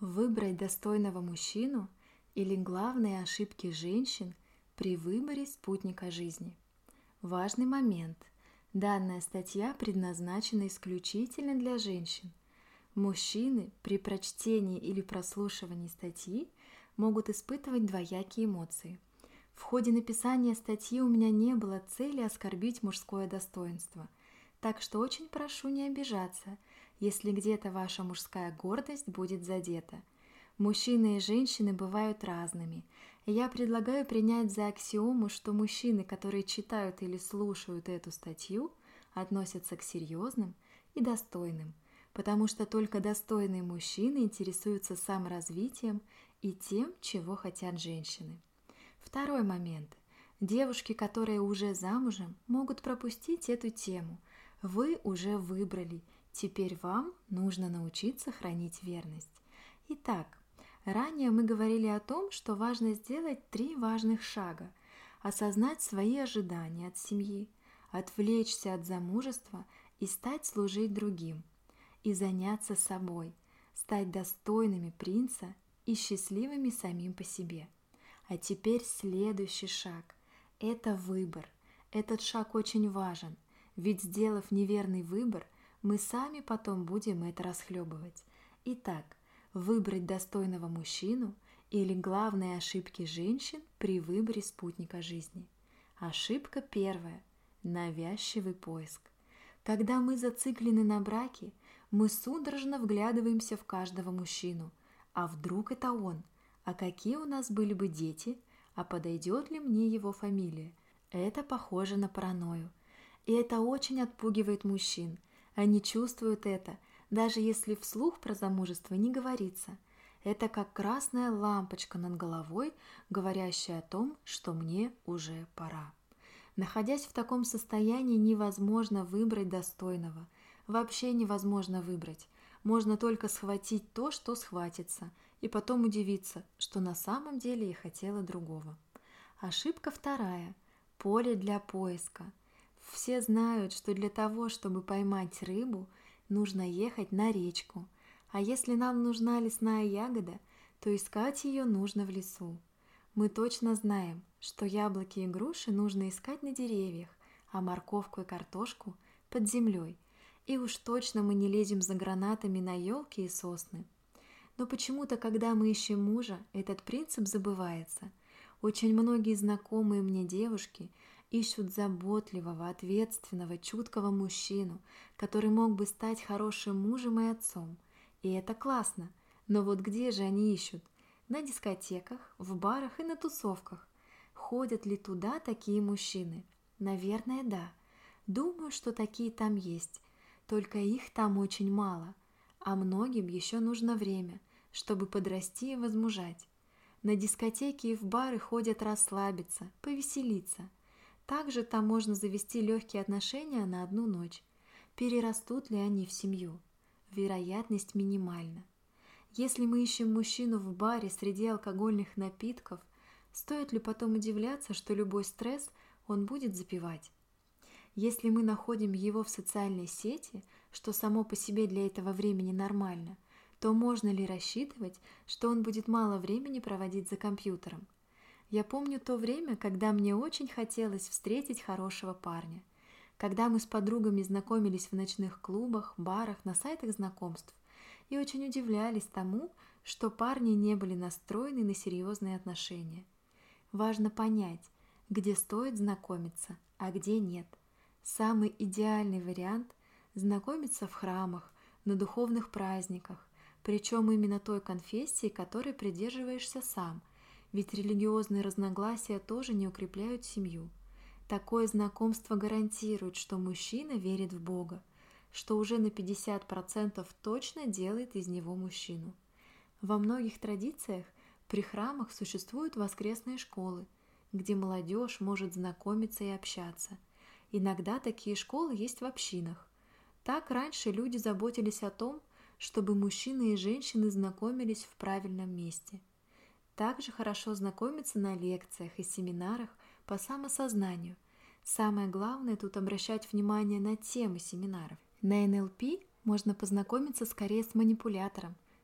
Выбрать достойного мужчину или главные ошибки женщин при выборе спутника жизни. Важный момент. Данная статья предназначена исключительно для женщин. Мужчины при прочтении или прослушивании статьи могут испытывать двоякие эмоции. В ходе написания статьи у меня не было цели оскорбить мужское достоинство, так что очень прошу не обижаться, если где-то ваша мужская гордость будет задета. Мужчины и женщины бывают разными, и я предлагаю принять за аксиому, что мужчины, которые читают или слушают эту статью, относятся к серьезным и достойным, потому что только достойные мужчины интересуются саморазвитием и тем, чего хотят женщины. Второй момент. Девушки, которые уже замужем, могут пропустить эту тему. Вы уже выбрали, теперь вам нужно научиться хранить верность. Итак, ранее мы говорили о том, что важно сделать 3 важных шага. Осознать свои ожидания от семьи, отвлечься от замужества и стать служить другим. И заняться собой, стать достойными принца и счастливыми самим по себе. А теперь следующий шаг – это выбор. Этот шаг очень важен, ведь сделав неверный выбор, мы сами потом будем это расхлебывать. Итак, выбрать достойного мужчину или главные ошибки женщин при выборе спутника жизни. Ошибка первая – навязчивый поиск. Когда мы зациклены на браке, мы судорожно вглядываемся в каждого мужчину. А вдруг это он? А какие у нас были бы дети? А подойдет ли мне его фамилия? Это похоже на паранойю. И это очень отпугивает мужчин. Они чувствуют это, даже если вслух про замужество не говорится. Это как красная лампочка над головой, говорящая о том, что мне уже пора. Находясь в таком состоянии, невозможно выбрать достойного. Вообще невозможно выбрать. Можно только схватить то, что схватится, и потом удивиться, что на самом деле я хотела другого. Ошибка вторая. Поле для поиска. Все знают, что для того, чтобы поймать рыбу, нужно ехать на речку. А если нам нужна лесная ягода, то искать ее нужно в лесу. Мы точно знаем, что яблоки и груши нужно искать на деревьях, а морковку и картошку под землей. И уж точно мы не лезем за гранатами на елки и сосны. Но почему-то, когда мы ищем мужа, этот принцип забывается. Очень многие знакомые мне девушки ищут заботливого, ответственного, чуткого мужчину, который мог бы стать хорошим мужем и отцом. И это классно. Но вот где же они ищут? На дискотеках, в барах и на тусовках. Ходят ли туда такие мужчины? Наверное, да. Думаю, что такие там есть. Только их там очень мало. А многим еще нужно время, чтобы подрасти и возмужать. На дискотеки и в бары ходят расслабиться, повеселиться. Также там можно завести легкие отношения на одну ночь. Перерастут ли они в семью? Вероятность минимальна. Если мы ищем мужчину в баре среди алкогольных напитков, стоит ли потом удивляться, что любой стресс он будет запивать? Если мы находим его в социальной сети, что само по себе для этого времени нормально, то можно ли рассчитывать, что он будет мало времени проводить за компьютером? Я помню то время, когда мне очень хотелось встретить хорошего парня. Когда мы с подругами знакомились в ночных клубах, барах, на сайтах знакомств, и очень удивлялись тому, что парни не были настроены на серьезные отношения. Важно понять, где стоит знакомиться, а где нет. Самый идеальный вариант – знакомиться в храмах, на духовных праздниках, причем именно той конфессии, которой придерживаешься сам, ведь религиозные разногласия тоже не укрепляют семью. Такое знакомство гарантирует, что мужчина верит в Бога, что уже на 50% точно делает из него мужчину. Во многих традициях при храмах существуют воскресные школы, где молодежь может знакомиться и общаться. Иногда такие школы есть в общинах. Так раньше люди заботились о том, чтобы мужчины и женщины знакомились в правильном месте. Также хорошо знакомиться на лекциях и семинарах по самосознанию. Самое главное тут обращать внимание на темы семинаров. На НЛП можно познакомиться скорее с манипулятором,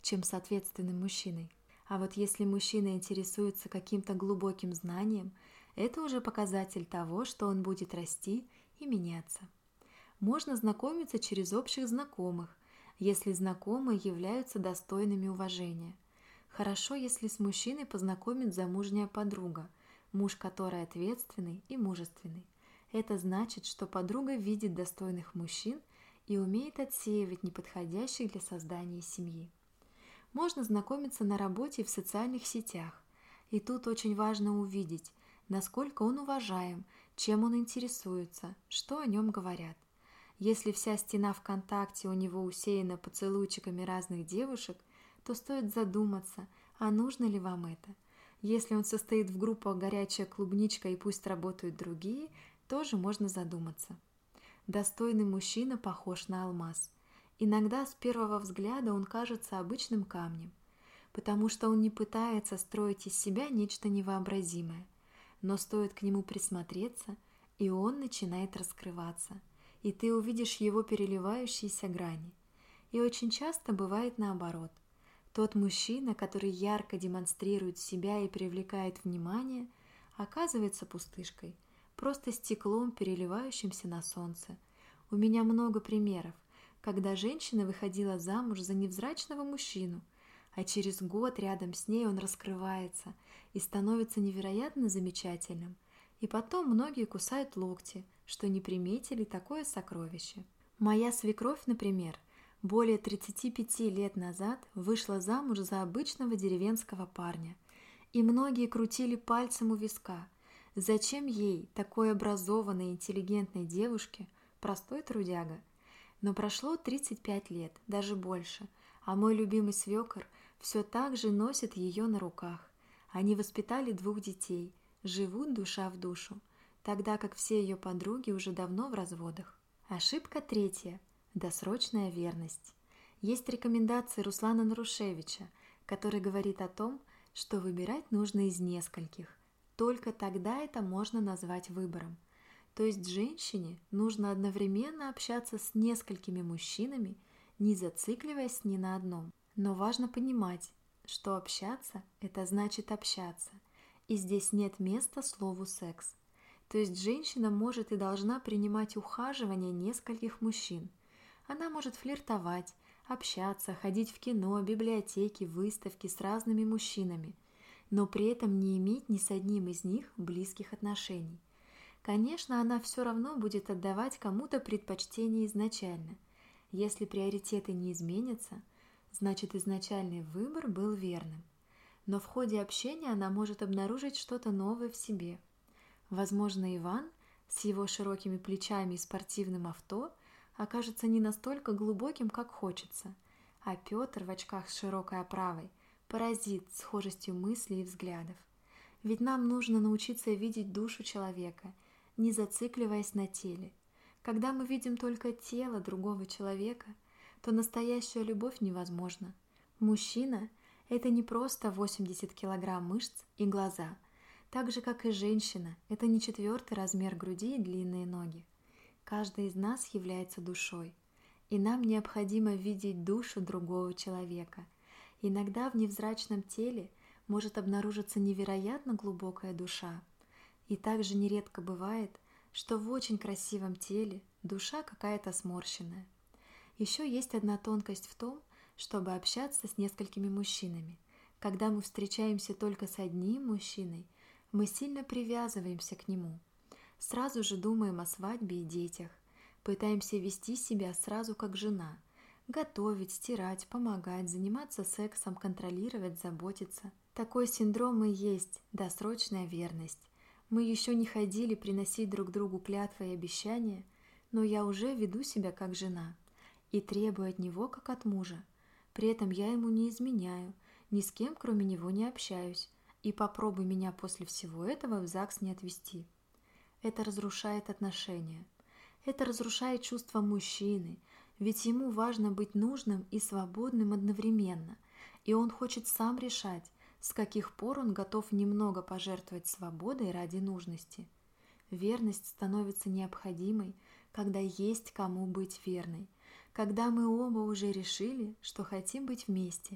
чем с ответственным мужчиной. А вот если мужчина интересуется каким-то глубоким знанием, это уже показатель того, что он будет расти и меняться. Можно знакомиться через общих знакомых, если знакомые являются достойными уважения. Хорошо, если с мужчиной познакомит замужняя подруга, муж которой ответственный и мужественный. Это значит, что подруга видит достойных мужчин и умеет отсеивать неподходящих для создания семьи. Можно знакомиться на работе и в социальных сетях. И тут очень важно увидеть, насколько он уважаем, чем он интересуется, что о нем говорят. Если вся стена ВКонтакте у него усеяна поцелуйчиками разных девушек, то стоит задуматься, а нужно ли вам это. Если он состоит в группах «Горячая клубничка» и «Пусть работают другие», тоже можно задуматься. Достойный мужчина похож на алмаз. Иногда с первого взгляда он кажется обычным камнем, потому что он не пытается строить из себя нечто невообразимое. Но стоит к нему присмотреться, и он начинает раскрываться, и ты увидишь его переливающиеся грани. И очень часто бывает наоборот. Тот мужчина, который ярко демонстрирует себя и привлекает внимание, оказывается пустышкой, просто стеклом, переливающимся на солнце. У меня много примеров, когда женщина выходила замуж за невзрачного мужчину, а через год рядом с ней он раскрывается и становится невероятно замечательным. И потом многие кусают локти, что не приметили такое сокровище. Моя свекровь, например, более 35 лет назад вышла замуж за обычного деревенского парня. И многие крутили пальцем у виска. Зачем ей, такой образованной и интеллигентной девушке, простой трудяга? Но прошло 35 лет, даже больше, а мой любимый свекор все так же носит ее на руках. Они воспитали 2 детей, живут душа в душу, тогда как все ее подруги уже давно в разводах. Ошибка 3. Досрочная верность. Есть рекомендации Руслана Нарушевича, который говорит о том, что выбирать нужно из нескольких. Только тогда это можно назвать выбором. То есть женщине нужно одновременно общаться с несколькими мужчинами, не зацикливаясь ни на одном. Но важно понимать, что общаться – это значит общаться. И здесь нет места слову «секс». То есть женщина может и должна принимать ухаживание нескольких мужчин. Она может флиртовать, общаться, ходить в кино, библиотеки, выставки с разными мужчинами, но при этом не иметь ни с одним из них близких отношений. Конечно, она все равно будет отдавать кому-то предпочтение изначально. Если приоритеты не изменятся, значит изначальный выбор был верным. Но в ходе общения она может обнаружить что-то новое в себе. Возможно, Иван с его широкими плечами и спортивным авто окажется не настолько глубоким, как хочется, а Петр в очках с широкой оправой поразит схожестью мыслей и взглядов. Ведь нам нужно научиться видеть душу человека, не зацикливаясь на теле. Когда мы видим только тело другого человека, то настоящая любовь невозможна. Мужчина – это не просто 80 килограмм мышц и глаза, так же, как и женщина – это не 4-й размер груди и длинные ноги. Каждый из нас является душой, и нам необходимо видеть душу другого человека. Иногда в невзрачном теле может обнаружиться невероятно глубокая душа. И также нередко бывает, что в очень красивом теле душа какая-то сморщенная. Еще есть одна тонкость в том, чтобы общаться с несколькими мужчинами. Когда мы встречаемся только с одним мужчиной, мы сильно привязываемся к нему. Сразу же думаем о свадьбе и детях, пытаемся вести себя сразу как жена, готовить, стирать, помогать, заниматься сексом, контролировать, заботиться. Такой синдром и есть досрочная верность. Мы еще не ходили приносить друг другу клятвы и обещания, но я уже веду себя как жена и требую от него как от мужа. При этом я ему не изменяю, ни с кем кроме него не общаюсь, и попробуй меня после всего этого в ЗАГС не отвезти. Это разрушает отношения. Это разрушает чувство мужчины, ведь ему важно быть нужным и свободным одновременно, и он хочет сам решать, с каких пор он готов немного пожертвовать свободой ради нужности. Верность становится необходимой, когда есть кому быть верной, когда мы оба уже решили, что хотим быть вместе,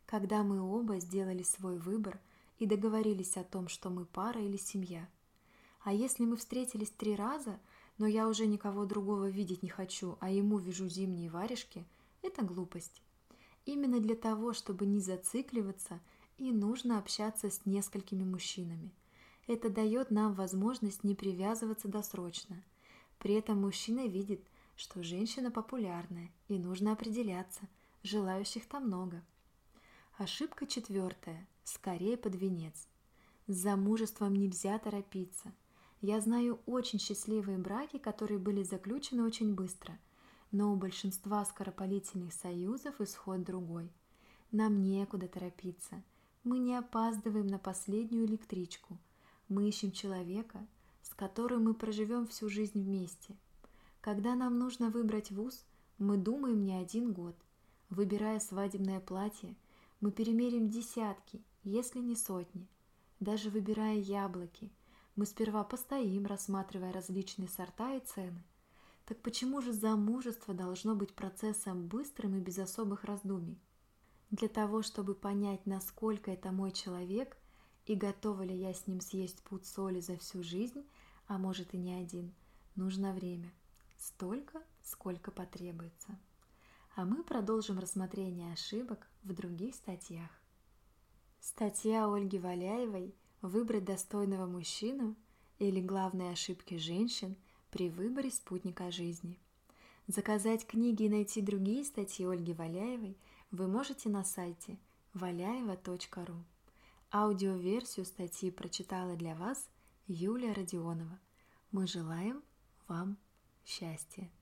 когда мы оба сделали свой выбор и договорились о том, что мы пара или семья. А если мы встретились 3 раза, но я уже никого другого видеть не хочу, а ему вяжу зимние варежки, это глупость. Именно для того, чтобы не зацикливаться, и нужно общаться с несколькими мужчинами. Это дает нам возможность не привязываться досрочно. При этом мужчина видит, что женщина популярная, и нужно определяться, желающих там много. Ошибка 4. Скорее под венец. С замужеством нельзя торопиться. Я знаю очень счастливые браки, которые были заключены очень быстро, но у большинства скоропалительных союзов исход другой. Нам некуда торопиться. Мы не опаздываем на последнюю электричку. Мы ищем человека, с которым мы проживем всю жизнь вместе. Когда нам нужно выбрать вуз, мы думаем не 1 год. Выбирая свадебное платье, мы перемерим десятки, если не сотни. Даже выбирая яблоки, мы сперва постоим, рассматривая различные сорта и цены. Так почему же замужество должно быть процессом быстрым и без особых раздумий? Для того, чтобы понять, насколько это мой человек и готова ли я с ним съесть пуд соли за всю жизнь, а может и не один, нужно время. Столько, сколько потребуется. А мы продолжим рассмотрение ошибок в других статьях. Статья Ольги Валяевой «Выбрать достойного мужчину» или «Главные ошибки женщин при выборе спутника жизни». Заказать книги и найти другие статьи Ольги Валяевой вы можете на сайте vaляева.ру. Аудиоверсию статьи прочитала для вас Юлия Родионова. Мы желаем вам счастья.